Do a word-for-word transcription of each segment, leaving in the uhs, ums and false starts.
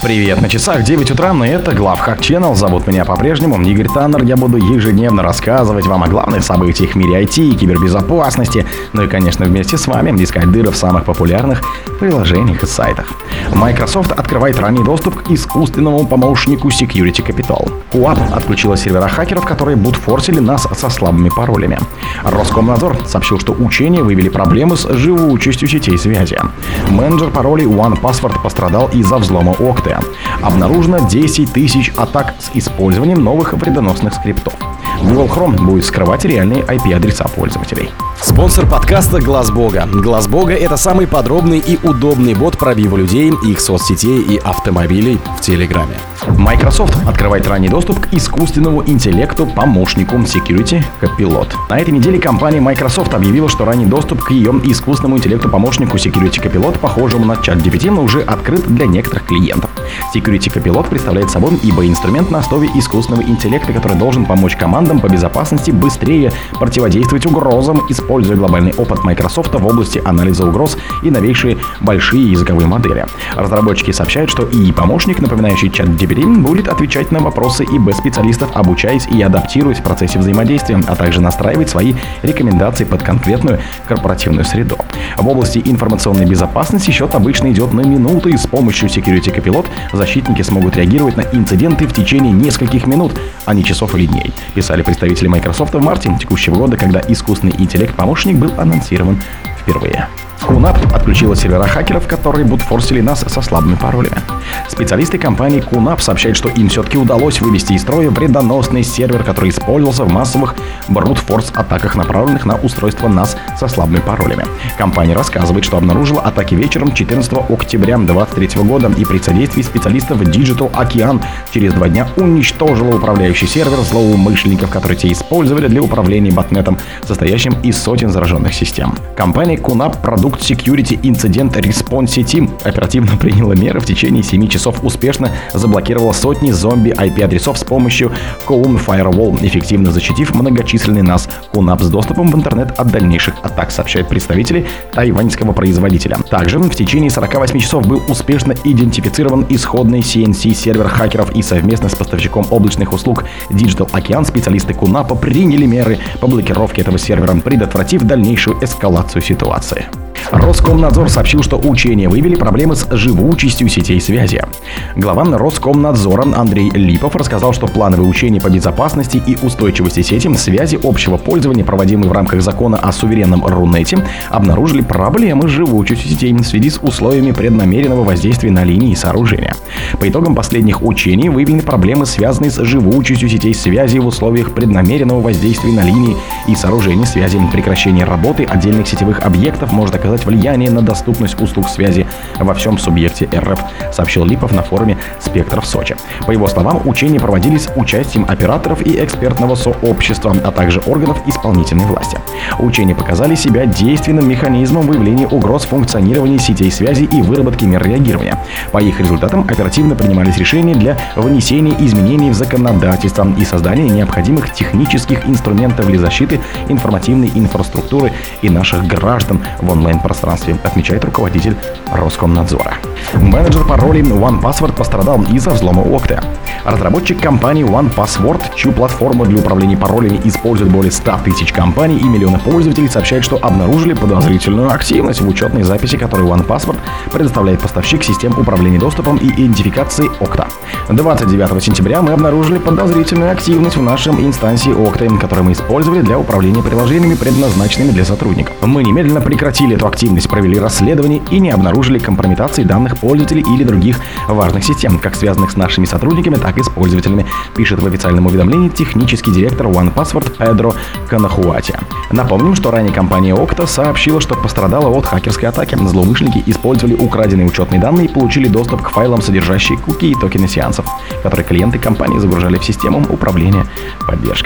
Привет, на часах девять утра, и это Главхак Channel. Зовут меня по-прежнему Игорь Таннер. Я буду ежедневно рассказывать вам о главных событиях в мире ай ти и кибербезопасности. Ну и, конечно, вместе с вами искать дыры в самых популярных приложениях и сайтах. Microsoft открывает ранний доступ к искусственному помощнику Security Capital. куап отключила сервера хакеров, которые бутфорсили нас со слабыми паролями. Роскомнадзор сообщил, что учения выявили проблемы с живучестью сетей связи. Менеджер паролей One Password пострадал из-за взлома Okta. Обнаружено десять тысяч атак с использованием новых вредоносных скриптов. Google Chrome будет скрывать реальные ай пи-адреса пользователей. Спонсор подкаста Глаз Бога. Глаз Бога — это самый подробный и удобный бот пробива людей, их соцсетей и автомобилей в Телеграме. Microsoft открывает ранний доступ к искусственному интеллекту помощнику Security Copilot. На этой неделе компания Microsoft объявила, что ранний доступ к ее искусственному интеллекту помощнику Security Copilot, похожему на ChatGPT, уже открыт для некоторых клиентов. Security Copilot представляет собой ибо инструмент на основе искусственного интеллекта, который должен помочь командам по безопасности быстрее противодействовать угрозам, используя глобальный опыт Microsoft в области анализа угроз и новейшие большие языковые модели. Разработчики сообщают, что и помощник, напоминающий ChatGPT, будет отвечать на вопросы и без специалистов, обучаясь и адаптируясь в процессе взаимодействия, а также настраивать свои рекомендации под конкретную корпоративную среду. В области информационной безопасности счет обычно идет на минуты, и с помощью Security Copilot защитники смогут реагировать на инциденты в течение нескольких минут, а не часов или дней, писали представители Microsoft в марте текущего года, когда искусственный интеллект-помощник был анонсирован впервые. кунап отключила сервера хакеров, которые бутфорсили нас со слабыми паролями. Специалисты компании кунап сообщают, что им все-таки удалось вывести из строя вредоносный сервер, который использовался в массовых брут-форс-атаках, направленных на устройство нас со слабыми паролями. Компания рассказывает, что обнаружила атаки вечером четырнадцатого октября две тысячи двадцать третьего года и при содействии специалистов Digital Ocean через два дня уничтожила управляющий сервер злоумышленников, которые те использовали для управления ботнетом, состоящим из сотен зараженных систем. Компания кунап продукт Security Incident Response Team оперативно приняла меры в течение семи часов, успешно заблокировала сотни зомби ай пи-адресов с помощью Kowloon Firewall, эффективно защитив многочисленный нас кунап с доступом в интернет от дальнейших атак, сообщают представители тайваньского производителя. Также в течение сорока восьми часов был успешно идентифицирован исходный си эн си-сервер хакеров, и совместно с поставщиком облачных услуг Digital Ocean специалисты кунапа приняли меры по блокировке этого сервера, предотвратив дальнейшую эскалацию ситуации. Роскомнадзор сообщил, что учения выявили проблемы с живучестью сетей связи. Глава Роскомнадзора Андрей Липов рассказал, что плановые учения по безопасности и устойчивости сети связи общего пользования, проводимые в рамках закона о суверенном Рунете, обнаружили проблемы с живучестью сетей в связи с условиями преднамеренного воздействия на линии и сооружения. По итогам последних учений выявлены проблемы, связанные с живучестью сетей связи в условиях преднамеренного воздействия на линии и сооружения связи. Прекращение работы отдельных сетевых объектов может оказать влияние на доступность услуг связи во всем субъекте эр эф, сообщил Липов на форуме «Спектр» в Сочи. По его словам, учения проводились с участием операторов и экспертного сообщества, а также органов исполнительной власти. Учения показали себя действенным механизмом выявления угроз функционирования сетей связи и выработки мер реагирования. По их результатам оперативно принимались решения для внесения изменений в законодательство и создания необходимых технических инструментов для защиты информативной инфраструктуры и наших граждан в онлайн-пространстве, отмечает руководитель Роскомнадзора. Менеджер паролей One Password пострадал из-за взлома Okta. Разработчик компании One Password, чью платформу для управления паролями используют более ста тысяч компаний и миллионы пользователей, сообщает, что обнаружили подозрительную активность в учетной записи, которую One Password предоставляет поставщик систем управления доступом и идентификации Okta. двадцать девятого сентября мы обнаружили подозрительную активность в нашем инстансе Okta, которую мы использовали для управления приложениями, предназначенными для сотрудников. Мы немедленно прекратили эту активность, провели расследование и не обнаружили компрометации данных пользователей или других важных систем, как связанных с нашими сотрудниками, так и с пользователями, пишет в официальном уведомлении технический директор One Password Педро Канахуати. Напомним, что ранее компания Okta сообщила, что пострадала от хакерской атаки. Злоумышленники использовали украденные учетные данные и получили доступ к файлам, содержащие куки и токены сеансов, которые клиенты компании загружали в систему управления поддержкой.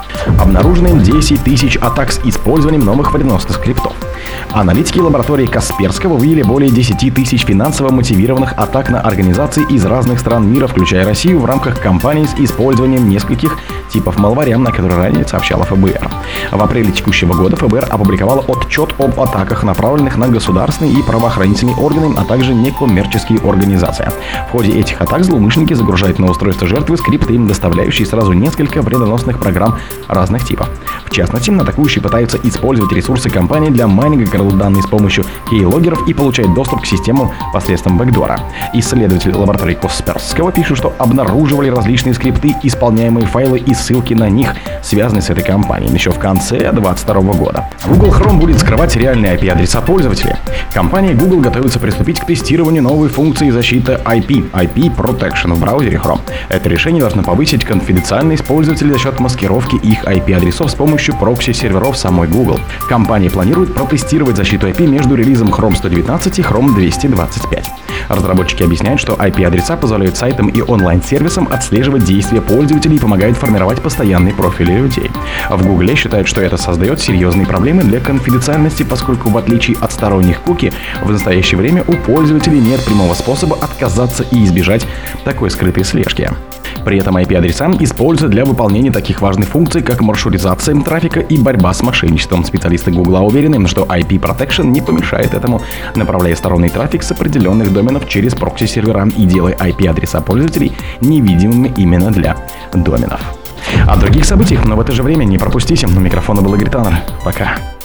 Обнаружены десять тысяч атак с использованием новых вредоносных скриптов. Аналитики лаборатории Касперского выявили более десять тысяч финансово мотивированных атак на организации из разных стран мира, включая Россию, в рамках кампаний с использованием нескольких типов малваря, на которые ранее сообщала эф бэ эр. В апреле текущего года эф бэ эр опубликовала отчет об атаках, направленных на государственные и правоохранительные органы, а также некоммерческие организации. В ходе этих атак злоумышленники загружают на устройство жертвы скрипты, доставляющие сразу несколько вредоносных программ разных типов. В частности, атакующие пытаются использовать ресурсы компании для майнинга, крадут данные с помощью кейлогеров и получают доступ к системам посредством бэкдора. Исследователи лаборатории Касперского пишут, что обнаруживали различные скрипты, исполняемые файлы и ссылки на них, связанные с этой компанией, еще в конце две тысячи двадцать второго года. Google Chrome будет скрывать реальные ай пи-адреса пользователей. Компания Google готовится приступить к тестированию новой функции защиты ай пи, ай пи Protection в браузере Chrome. Это решение должно повысить конфиденциальность пользователей за счет маскировки их ай пи-адресов с помощью прокси-серверов самой Google. Компания планирует протестировать защиту ай пи между релизом Chrome сто девятнадцать и Chrome двести двадцать пять. Разработчики объясняют, что ай пи-адреса позволяют сайтам и онлайн-сервисам отслеживать действия пользователей и помогают формировать постоянные профили людей. В Google считают, что это создает серьезные проблемы для конфиденциальности, поскольку в отличие от сторонних куки, в настоящее время у пользователей нет прямого способа отказаться и избежать такой скрытой слежки. При этом ай пи-адреса используют для выполнения таких важных функций, как маршрутизация трафика и борьба с мошенничеством. Специалисты Google уверены, что ай пи Protection не помешает этому, направляя сторонний трафик с определенных доменов через прокси-сервера и делая ай пи-адреса пользователей невидимыми именно для доменов. О других событиях, но в это же время не пропустите. У микрофона был Игорь Таннер. Пока.